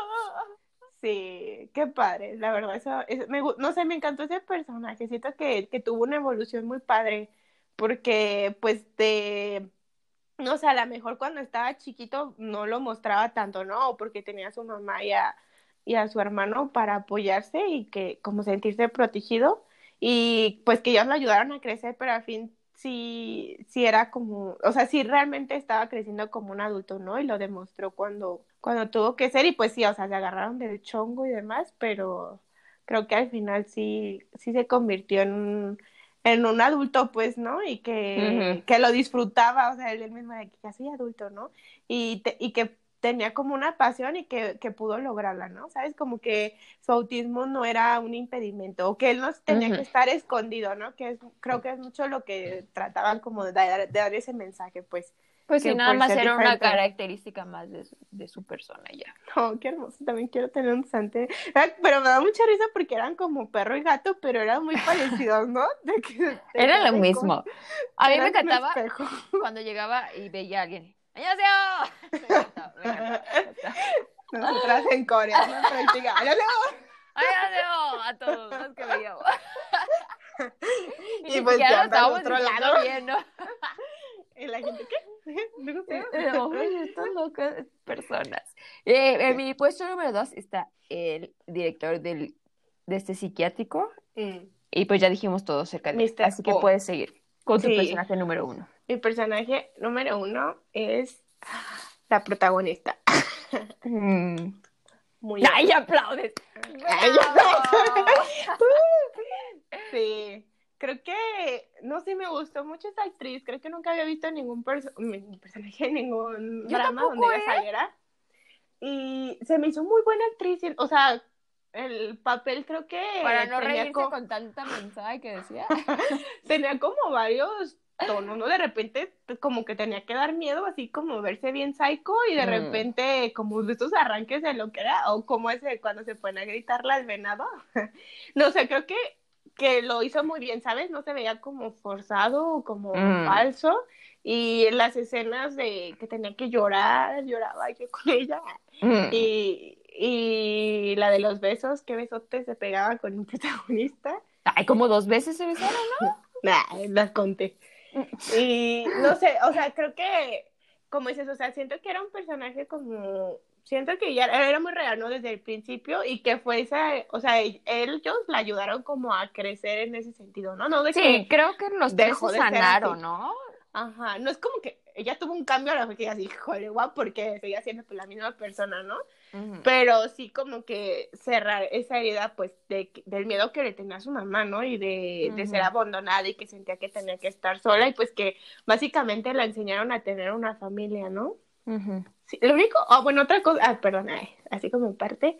Sí, qué padre, la verdad, no sé, me encantó ese personaje, siento que tuvo una evolución muy padre, porque pues no sé, a lo mejor cuando estaba chiquito no lo mostraba tanto, ¿no? O porque tenía a su mamá y a su hermano para apoyarse y que como sentirse protegido y pues que ellos lo ayudaron a crecer, pero al fin sí era como, o sea, sí realmente estaba creciendo como un adulto, ¿no? Y lo demostró cuando tuvo que ser y pues sí, o sea, se agarraron del chongo y demás, pero creo que al final sí se convirtió en un adulto, pues, ¿no? Y Ujú. que lo disfrutaba, o sea, él mismo de que ya soy adulto, ¿no? Y que tenía como una pasión y que pudo lograrla, ¿no? ¿Sabes? Como que su autismo no era un impedimento, o que él no tenía Ujú. que estar escondido, ¿no? Creo que es mucho lo que trataban como de dar ese mensaje, pues, Pues sí, que nada por más ser era una diferente. característica más de su persona ya. Oh, qué hermoso, también quiero tener un sante. Pero me da mucha risa porque eran como perro y gato, pero eran muy parecidos, ¿no? De que te Era lo salen con, mismo. A mí me eran un encantaba espejo. cuando llegaba y veía a alguien. ¡Annyeonghaseyo! Me encantaba, me encantaba, me encantaba. Nosotras en coreano, practica. ¡Annyeonghaseyo! A todos los que veíamos. Y Y ni siquiera lo volteando al estábamos otro diciendo lado. bien, ¿no? Y la gente, ¿qué? No sé. Oye, estas locas personas. En Sí. mi puesto número 2 está el director de este psiquiátrico. Y pues ya dijimos todo acerca de él. Mr. Así que O. puedes seguir con tu Sí. personaje número 1. Mi personaje número 1 es la protagonista. Mm. Muy ¡Ay, hermosa. aplaudes! Ay, ¡Bravo! sí, creo que, no sé, me gustó mucho esa actriz. Creo que nunca había visto ningún personaje, ningún Yo drama tampoco, donde ella ¿eh? saliera. Y se me hizo muy buena actriz. O sea, el papel creo Para que no reírse con tanta mensaje que decía. tenía como varios tonos, ¿no? De repente como que tenía que dar miedo, así como verse bien psycho y de Mm. repente como de estos arranques de lo que era, o como ese cuando se ponen a gritarle al venado. No sé, creo que lo hizo muy bien, ¿sabes? No se veía como forzado o como Mm. falso. Y en las escenas de que tenía que llorar, lloraba yo con ella. Mm. Y la de los besos, qué besote se pegaba con un protagonista. Ay, como 2 veces se besaron, Nah, las conté. ¿no? Y no sé, o sea, creo que, como dices, o sea, siento que era un personaje como, siento que ya era muy real, ¿no? Desde el principio y que fue esa, o sea, ellos la ayudaron como a crecer en ese sentido, ¿no? No de Sí, que creo que los tres se dejó de ser así. sanaron, ¿no? Ajá, no es como que ella tuvo un cambio a la que así, híjole, guau, porque seguía siendo pues, la misma persona, ¿no? Ujú. Pero sí como que cerrar esa herida pues del miedo que le tenía a su mamá, ¿no? Y de ser Ujú. abandonada y que sentía que tenía que estar sola y pues que básicamente la enseñaron a tener una familia, ¿no? Ujú. Sí, lo único, bueno, otra cosa, perdón, así como parte,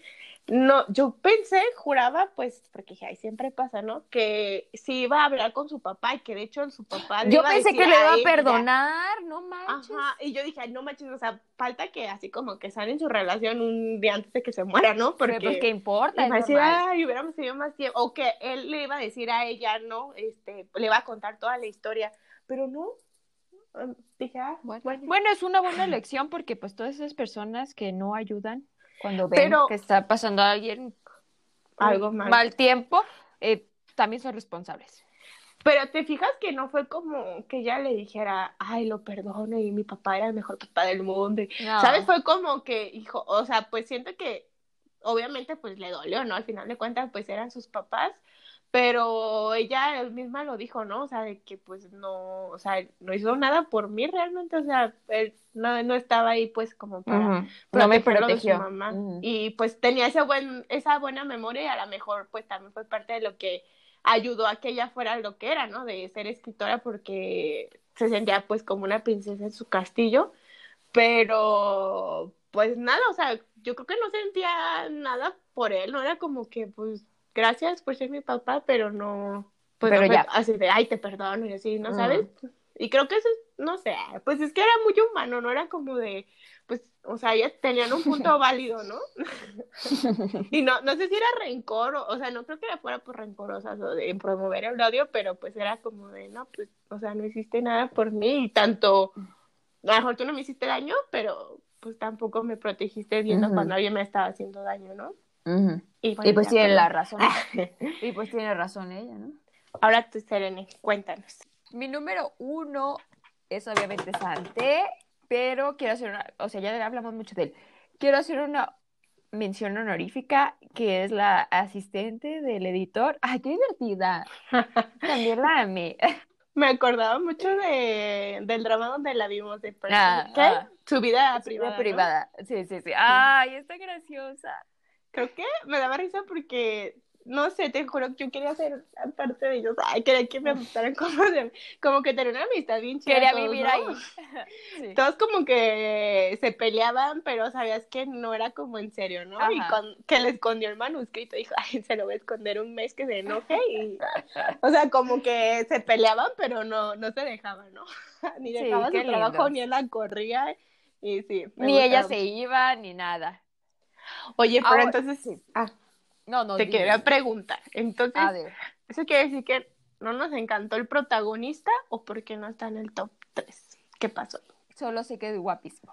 No, yo pensé, juraba, pues, porque dije, ay, siempre pasa, ¿no? Que sí iba a hablar con su papá y que de hecho su papá le Yo iba a pensé decir que lo a iba a ella. perdonar, no manches. Ajá, y yo dije, ay, no manches, o sea, falta que así como que salen su relación un día antes de que se muera, ¿no? Pero pues, ¿qué Porque importa? iba Es a decir, normal. ay, hubiéramos tenido más tiempo, o que él le iba a decir a ella, ¿no? Le iba a contar toda la historia, pero no, dije, ah, Bueno, bueno. bueno, es una buena elección porque pues todas esas personas que no ayudan cuando ven que Pero está pasando a alguien algo un mal. mal tiempo, también son responsables. Pero te fijas que no fue como que ella le dijera, ay, lo perdono y mi papá era el mejor papá del mundo. ¿Sabes? No. Fue como que, hijo, o sea, pues siento que obviamente pues le dolió, ¿no? Al final de cuentas pues eran sus papás, pero ella misma lo dijo, ¿no? O sea, de que pues no, o sea, no hizo nada por mí realmente, o sea, él no estaba ahí pues como para Ujú. No me protegerlo de su protegió. mamá. Ujú. Y pues tenía esa buena memoria y a lo mejor pues también fue parte de lo que ayudó a que ella fuera lo que era, ¿no? De ser escritora porque se sentía pues como una princesa en su castillo, pero pues nada, o sea, yo creo que no sentía nada por él, no era como que pues gracias por ser mi papá, pero no, pues no Pero fue ya. así de, ay, te perdono y así, ¿no sabes? Mm. Y creo que eso, no sé, pues es que era muy humano, no era como de, pues, o sea, ellas tenían un punto válido, ¿no? Y no sé si era rencor, o sea, no creo que fuera por rencorosas o de promover el odio, pero pues era como de, no, pues, o sea, no hiciste nada por mí y tanto, a lo mejor tú no me hiciste daño, pero pues tampoco me protegiste viendo cuando Ujú. alguien me estaba haciendo daño, ¿no? Ujú. Y Y bueno, pues ya, tiene la perdón. razón. Y pues tiene razón ella, ¿no? Ahora tú, Serene, cuéntanos. Mi número uno es obviamente Santé, pero quiero hacer una, o sea, ya hablamos mucho de él. Quiero hacer una mención honorífica que es la asistente del editor. ¡Ay, qué divertida! También la amé. Me acordaba mucho del drama donde la vimos de Ah, ¿qué? Su vida su vida privada, ¿no? privada. Sí, sí, sí. ¡Ay, está graciosa! Creo que me daba risa porque, no sé, te juro que yo quería ser parte de ellos. Ay, quería que me adoptaran como que tener una amistad bien chida Quería todos, vivir ¿no? ahí. Sí. Todos como que se peleaban, pero sabías que no era como en serio, ¿no? Y Ajá. que le escondió el manuscrito, dijo, ay, se lo voy a esconder un mes que se enoje y, o sea, como que se peleaban, pero no se dejaban, ¿no? Ni Sí, dejaba su qué trabajo, ni lindos. él la corría, y sí, me Ni ella gustaba se mucho. iba, ni nada. Oye, pero Ahora, entonces, sí. No, no, te dime, quería dime. preguntar, A entonces, ver, ¿eso quiere decir que no nos encantó el protagonista o por qué no está en el top 3? ¿Qué pasó? solo sé que es guapísimo.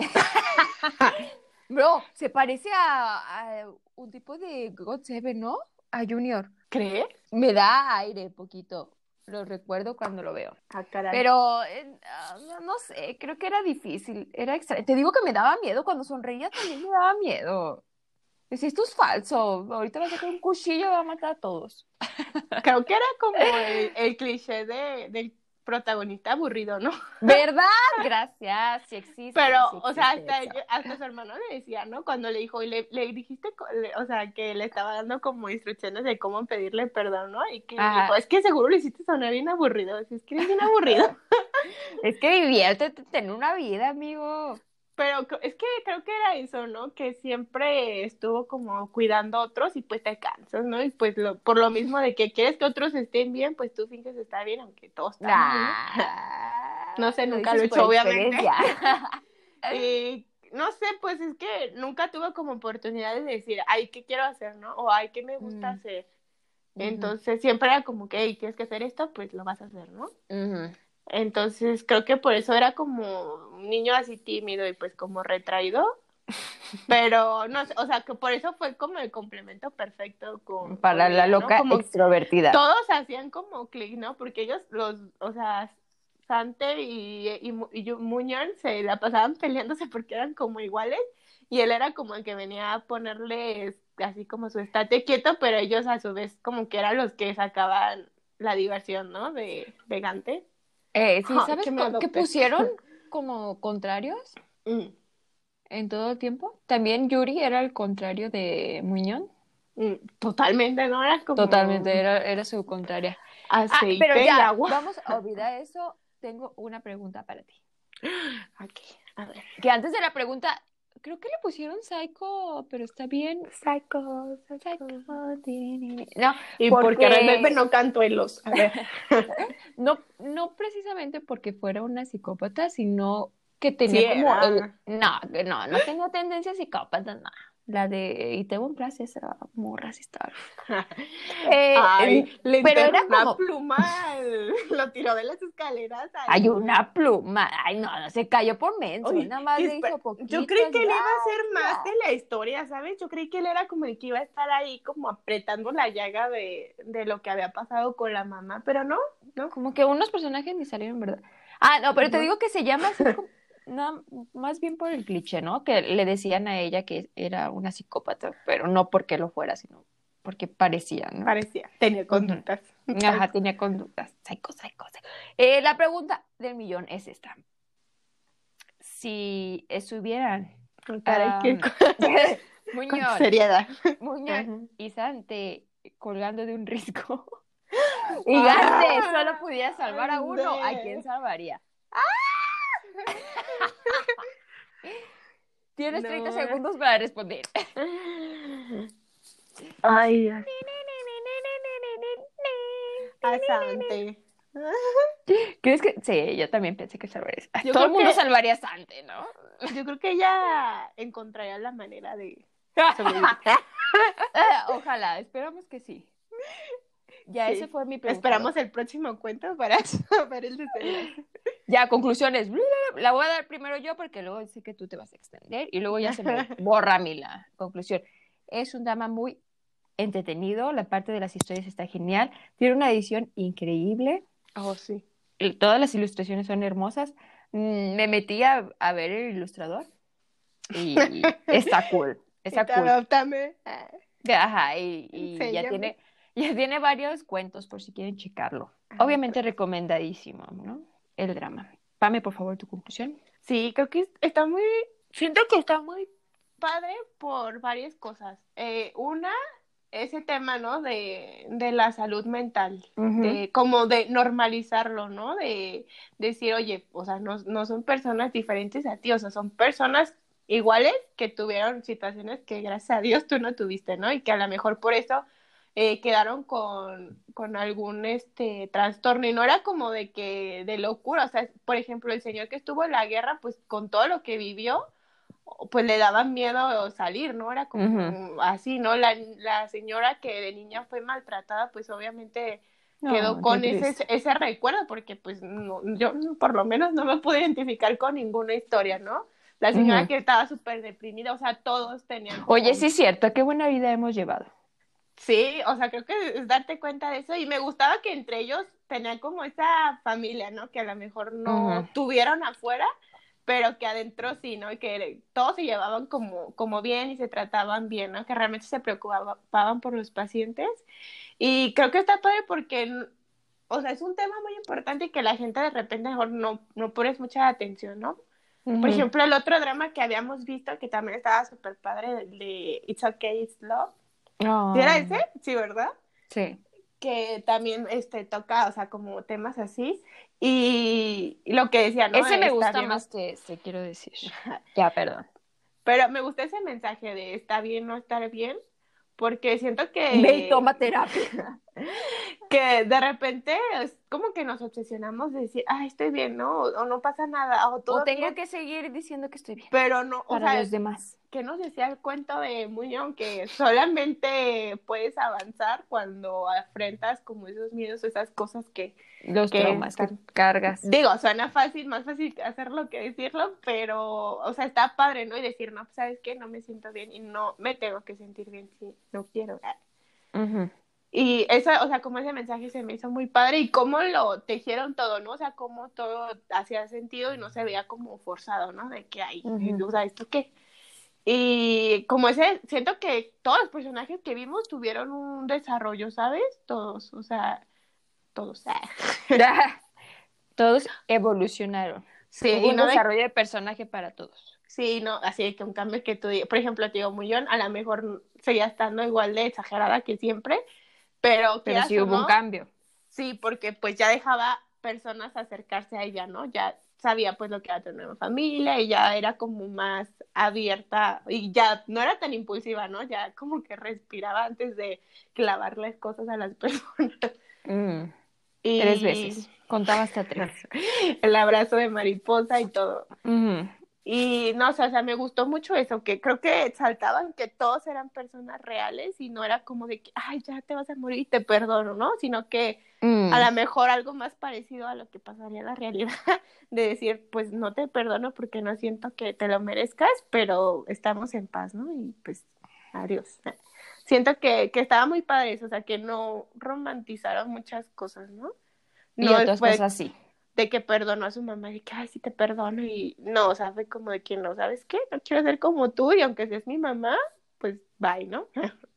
Bro, se parece a un tipo de God Seven, ¿no? A Junior. ¿Crees? Me da aire poquito. Lo recuerdo cuando lo veo. Ah, caray. Pero no sé, creo que era difícil. Era extraño. Te digo que me daba miedo. Cuando sonreía también me daba miedo. Decía, esto es falso. Ahorita va a sacar un cuchillo y va a matar a todos. Creo que era como el cliché del protagonista aburrido, ¿no? ¿Verdad? Gracias. Pero, Sí o sea, existe eso. hasta su hermano le decía, ¿no? Cuando le dijo, y le dijiste, o sea, que le estaba dando como instrucciones de cómo pedirle perdón, ¿no? Y que le dijo, Ajá. es que seguro le hiciste sonar bien aburrido, es que eres bien aburrido. Es que diviértete, ten una vida, amigo. Pero es que creo que era eso, ¿no? Que siempre estuvo como cuidando a otros y pues te cansas, ¿no? Y pues por lo mismo de que quieres que otros estén bien, pues tú finges estar bien, aunque todo está mal, ¿no? No sé, Lo nunca lo dices he por hecho, obviamente. experiencia. Y no sé, pues es que nunca tuve como oportunidad de decir, ay, ¿qué quiero hacer, no? O ay, ¿qué me gusta Mm, hacer? ujú, Entonces siempre era como que, hey, tienes que hacer esto, pues lo vas a hacer, ¿no? ujú. Entonces creo que por eso era como un niño así tímido y pues como retraído, pero no sé, o sea, que por eso fue como el complemento perfecto con Para la ella, ¿no? loca Como extrovertida. todos hacían como clic, ¿no? Porque ellos, o sea, Sante y Muñoz se la pasaban peleándose porque eran como iguales y él era como el que venía a ponerles así como su estate quieto, pero ellos a su vez como que eran los que sacaban la diversión, ¿no? De Gante. Sí, Ay, ¿sabes que me qué adoptes. pusieron como contrarios Mm, en todo el tiempo? También Yuri era el contrario de Muñón. totalmente, ¿no? Era Totalmente, como era su contraria. Ah, pero aceite y ya, agua. vamos a olvidar eso. Tengo una pregunta para ti. Ok, a ver. Que antes de la pregunta, creo que le pusieron Psycho, pero está bien. Psycho. Psycho. No, Y porque realmente porque no canto en los. A ver. no precisamente porque fuera una psicópata, sino que Sí, tenía como era. no tenía tendencia psicópata, no. La de Itaewon Class era muy racista. Ay, le Pero enterró era una como, pluma, lo tiró de las escaleras. hay Ay, una pluma, ay no, se cayó por menso, oye, nada más le hizo yo creí poquito, que así, él iba a ay, ser más ya. de la historia, ¿sabes? Yo creí que él era como el que iba a estar ahí como apretando la llaga de lo que había pasado con la mamá, pero no, no. Como que unos personajes ni salieron, ¿verdad? Ah, no, pero te No. digo que se llama así como, no, más bien por el cliché, ¿no? Que le decían a ella que era una psicópata, pero no porque lo fuera, sino porque parecía, ¿no? Parecía tener Ujú. conductas. Ajá, tenía conductas. Psycho, psycho, psycho. La pregunta del millón es esta. Si estuvieran Caray, qué am, con Muñoz, seriedad. Muñoz Ajá. y Sante colgando de un risco y Gante ¡Ah! solo pudiera salvar a uno, ¿a quién ¡Ande! salvaría? Tienes 30 No. segundos para responder. Ay, asante. ¿Crees que...? Sí, yo también pensé que salvaría. Yo Todo el creo mundo que salvaría a Sante, ¿no? yo creo que ella encontraría la manera de sobrevivir. Ojalá, esperamos que sí. Ya, ese Sí. fue mi preguntador. Esperamos el próximo cuento para saber el desenlace. Ya, conclusiones. La voy a dar primero yo porque luego sé que tú te vas a extender y luego ya se me borra a mí la conclusión. Es un drama muy entretenido, la parte de las historias está genial, tiene una edición increíble, Oh, sí. todas las ilustraciones son hermosas. Me metí a ver el ilustrador y está cool, está cool. Adóptame. Ajá, y Enséñame. ya tiene varios cuentos por si quieren checarlo. Obviamente recomendadísimo, ¿no? El drama. Pame, por favor, tu conclusión. Sí, creo que está muy, siento que está muy padre por varias cosas. Una, ese tema, ¿no? De la salud mental, de como de normalizarlo, ¿no? De decir, oye, o sea, no son personas diferentes a ti, o sea, son personas iguales que tuvieron situaciones que gracias a Dios tú no tuviste, ¿no? Y que a lo mejor por eso quedaron con algún trastorno y no era como de que de locura, o sea, por ejemplo, el señor que estuvo en la guerra, pues con todo lo que vivió, pues le daban miedo salir, ¿no? Era como así, ¿no? La señora que de niña fue maltratada, pues obviamente quedó No, qué con triste. ese recuerdo, porque pues no, yo por lo menos no me pude identificar con ninguna historia, ¿no? La señora que estaba súper deprimida, o sea, todos tenían Oye, como sí es cierto, qué buena vida hemos llevado. sí, o sea, creo que es darte cuenta de eso y me gustaba que entre ellos tenían como esa familia, ¿no? Que a lo mejor no tuvieron afuera, pero que adentro sí, ¿no? Y que todos se llevaban como bien y se trataban bien, ¿no? Que realmente se preocupaban por los pacientes. Y creo que está padre porque, o sea, es un tema muy importante y que la gente de repente mejor no pones mucha atención, ¿no? Por ejemplo, el otro drama que habíamos visto, que también estaba súper padre, el de It's Okay, It's Love. ¿Sí era ese? Sí, ¿verdad? Sí. Que también toca, o sea, como temas así. Y lo que decía, ¿no? Ese me Está gusta bien. más que este, quiero decir. Ya, perdón. Pero me gusta ese mensaje de está bien no estar bien, porque siento Ve y toma terapia. que de repente es como que nos obsesionamos de decir, ay, estoy bien, ¿no? O no pasa nada, o todo O tengo bien, que seguir diciendo que estoy bien pero no, o para sea, los demás. ¿qué nos decía el cuento de Muñón? Que solamente puedes avanzar cuando afrentas como esos miedos, esas cosas Los que traumas que están. cargas. Digo, suena fácil, más fácil hacerlo que decirlo, pero, o sea, está padre, ¿no? Y decir, no, pues, ¿sabes qué? No me siento bien y no me tengo que sentir bien si no quiero. Y eso, o sea, como ese mensaje se me hizo muy padre y cómo lo tejieron todo, ¿no? O sea, cómo todo hacía sentido y no se veía como forzado, ¿no? De que hay, o sea, ¿esto qué? Y como ese, siento que todos los personajes que vimos tuvieron un desarrollo, ¿sabes? Todos, o sea, todos. Todos evolucionaron. Sí, Hubo y un no de desarrollo de personaje para todos. sí, no, así de que un cambio que tú, por ejemplo, te digo, Mullón, a lo mejor seguía estando igual de exagerada que siempre, pero Pero quieras sí o hubo un no, cambio. sí, porque pues ya dejaba personas acercarse a ella, ¿no? Ya sabía pues lo que era tener una familia y ya era como más abierta y ya no era tan impulsiva, ¿no? Ya como que respiraba antes de clavarles cosas a las personas. 3 veces. Contaba hasta 3. El abrazo de mariposa y todo. Ujú. Y no, o sea, me gustó mucho eso, que creo que saltaban que todos eran personas reales y no era como de que, ay, ya te vas a morir y te perdono, ¿no? Sino que a lo mejor algo más parecido a lo que pasaría en la realidad, de decir, pues no te perdono porque no siento que te lo merezcas, pero estamos en paz, ¿no? Y pues, adiós. Siento que estaba muy padre eso, o sea, que no romantizaron muchas cosas, ¿no? Y No otras fue cosas sí. de que perdonó a su mamá, de que, ay, sí te perdono, y no, o sea, fue como de que no, ¿sabes qué? No quiero ser como tú, y aunque seas mi mamá, pues, bye, ¿no?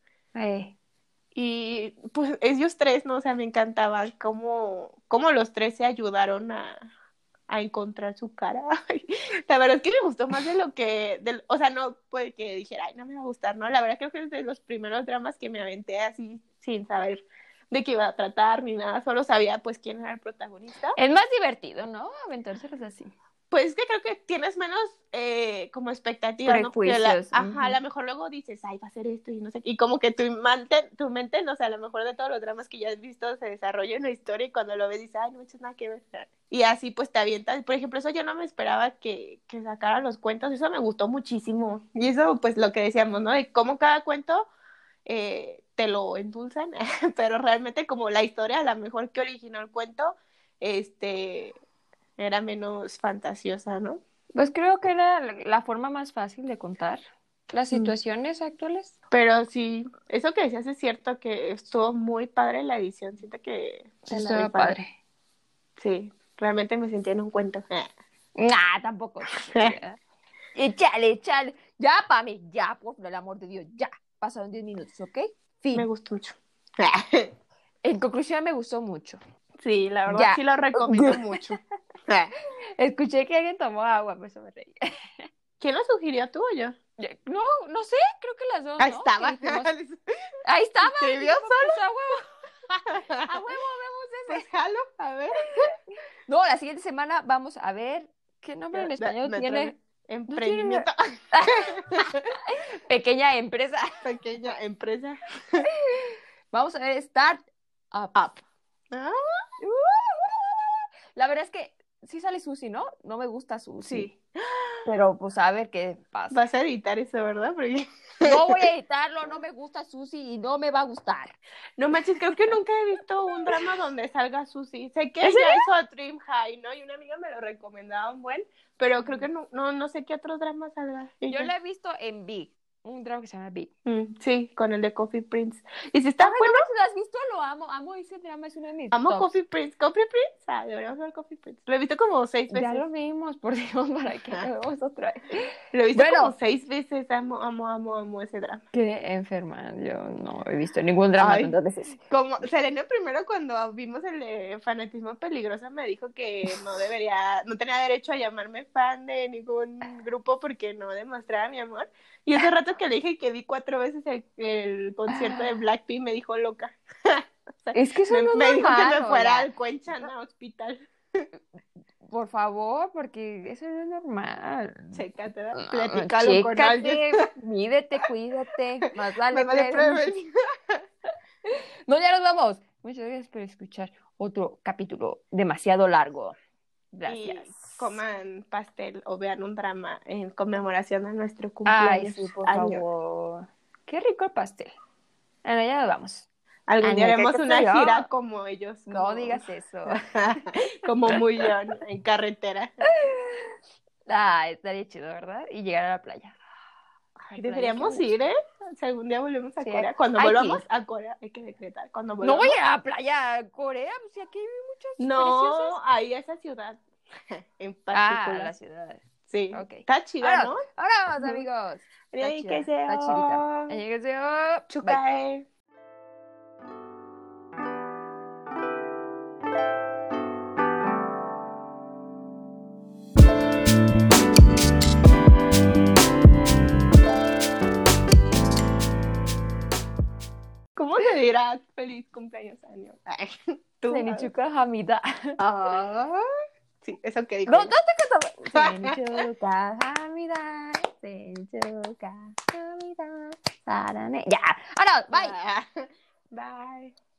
Y, pues, ellos tres, ¿no? O sea, me encantaban cómo los tres se ayudaron a encontrar su cara. La verdad es que me gustó más de lo que, o sea, no puede que dijera, ay, no me va a gustar, ¿no? La verdad creo que es de los primeros dramas que me aventé así, sin saber de qué iba a tratar ni nada, solo sabía, pues, quién era el protagonista. Es más divertido, ¿no? Aventárselos así. Pues es que creo que tienes menos como expectativas, ¿no? Porque Prejuicios. a lo mejor luego dices, ay, va a ser esto y no sé, y como que tu mente, no sé, a lo mejor de todos los dramas que ya has visto se desarrolla en la historia y cuando lo ves dices, ay, no me echas nada que ver. Y así pues te avientas. Por ejemplo, eso yo no me esperaba que sacaran los cuentos, eso me gustó muchísimo. Y eso pues lo que decíamos, ¿no? De cómo cada cuento te lo endulzan, pero realmente como la historia, a lo mejor que originó el cuento, era menos fantasiosa, ¿no? Pues creo que era la forma más fácil de contar las situaciones actuales. Pero sí, eso que decías es cierto que estuvo muy padre la edición. Siento que Sí, se la estaba rifaron. padre. Sí, realmente me sentí en un cuento. Nah, tampoco. Échale. Ya, Pame, ya, por el amor de Dios, ya. Pasaron 10 minutos, ¿ok? Fin. Me gustó mucho. En conclusión, me gustó mucho. Sí, la verdad Ya. sí lo recomiendo mucho. Escuché que alguien tomó agua, por eso me reí. ¿Quién lo sugirió, tú o yo? No sé, creo que las dos, Ahí ¿no? estaba. Que dijimos, ahí estaba. ¿Escribió dijimos, pues, a huevo, vemos ese. Pues jalo, a ver. No, la siguiente semana vamos a ver qué nombre en español tiene. Emprendimiento. Pequeña empresa. Pequeña empresa. Vamos a ver Start Up. Ah, La verdad es que sí sale Susi, ¿no? No me gusta Susi. sí. Pero pues a ver qué pasa. Vas a editar eso, ¿verdad? Porque No voy a editarlo, no me gusta Susi y no me va a gustar. no manches, creo que nunca he visto un drama donde salga Susi. Sé que ¿En ella hizo Dream High, ¿no? Y una amiga me lo recomendaba un buen, pero creo que no sé qué otro drama salga. Yo la he visto en Big, un drama que se llama Big. Sí, con el de Coffee Prince. Y si está Ay, bueno, no, si lo has visto, lo amo ese drama, es uno de mis amo tops. Coffee Prince. ¿Coffee Prince? Ah, deberíamos ver Coffee Prince. Lo he visto como 6 veces. Ya lo vimos, por Dios, ¿para qué lo vemos otra vez? Lo he visto Bueno. como 6 veces. Amo ese drama. Qué enferma, yo no he visto ningún drama Ay. tantas veces. Como Selena primero cuando vimos el de Fanatismo Peligroso me dijo que no tenía derecho a llamarme fan de ningún grupo porque no demostraba mi amor. Y hace rato que le dije que vi 4 veces el concierto de Blackpink me dijo loca. O sea, Es que eso no es me dijo que normal, me fuera Lola. al Cuenchana Hospital. Por favor, porque eso no es normal. Chécate, No, platícalo con alguien. Mídete, cuídate, más vale, Me vale prevenir. prevenir. No, ya nos vamos. Muchas gracias por escuchar otro capítulo demasiado largo. Gracias. Y coman pastel o vean un drama en conmemoración a nuestro Ay, cumpleaños. sí, por favor. Qué rico el pastel. Bueno, ya nos vamos. Algún día Ay, haremos ¿qué una soy yo? gira como ellos. No como- digas eso. como muy young, en carretera. Estaría chido, ¿verdad? Y llegar a la playa. Ay, deberíamos ir, ¿eh? Si algún día volvemos a Sí, Corea. Cuando hay que volvamos ir. a Corea, hay que decretar. Cuando No volvamos. voy a la playa a Corea, pues si aquí hay muchos preciosos. No, ahí a esa ciudad. En Ah, particular. la ciudad. Sí. Ok. Está chida, ¿no? Ahora vamos, amigos. Está chida, está chidita. 안녕히 계세요. Bye. Chukae. ¿Cómo se dirá feliz cumpleaños año? Ay, tú. 생일 축하합니다. Ah, Sí, eso que dijo. No, no te canto. Senchuka, Hamida, Senchuka, Hamida, Sarane. Ya, ahora, bye. Bye.